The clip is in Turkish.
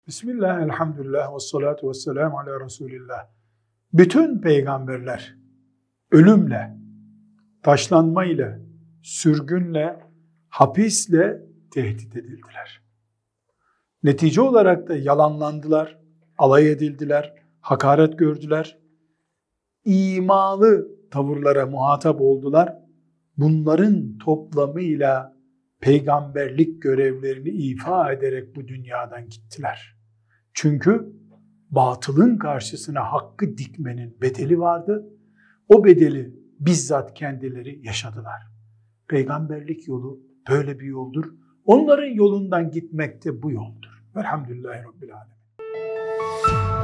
Bismillah, elhamdülillah, ve salatu ve selamu ala Resulillah. Bütün peygamberler ölümle, taşlanmayla, sürgünle, hapisle tehdit edildiler. Netice olarak da yalanlandılar, alay edildiler, hakaret gördüler. İmalı tavırlara muhatap oldular. Bunların toplamıyla peygamberlik görevlerini ifa ederek bu dünyadan gittiler. Çünkü batılın karşısına hakkı dikmenin bedeli vardı. O bedeli bizzat kendileri yaşadılar. Peygamberlik yolu böyle bir yoldur. Onların yolundan gitmek de bu yoldur. Velhamdülillahi Rabbil Alemin.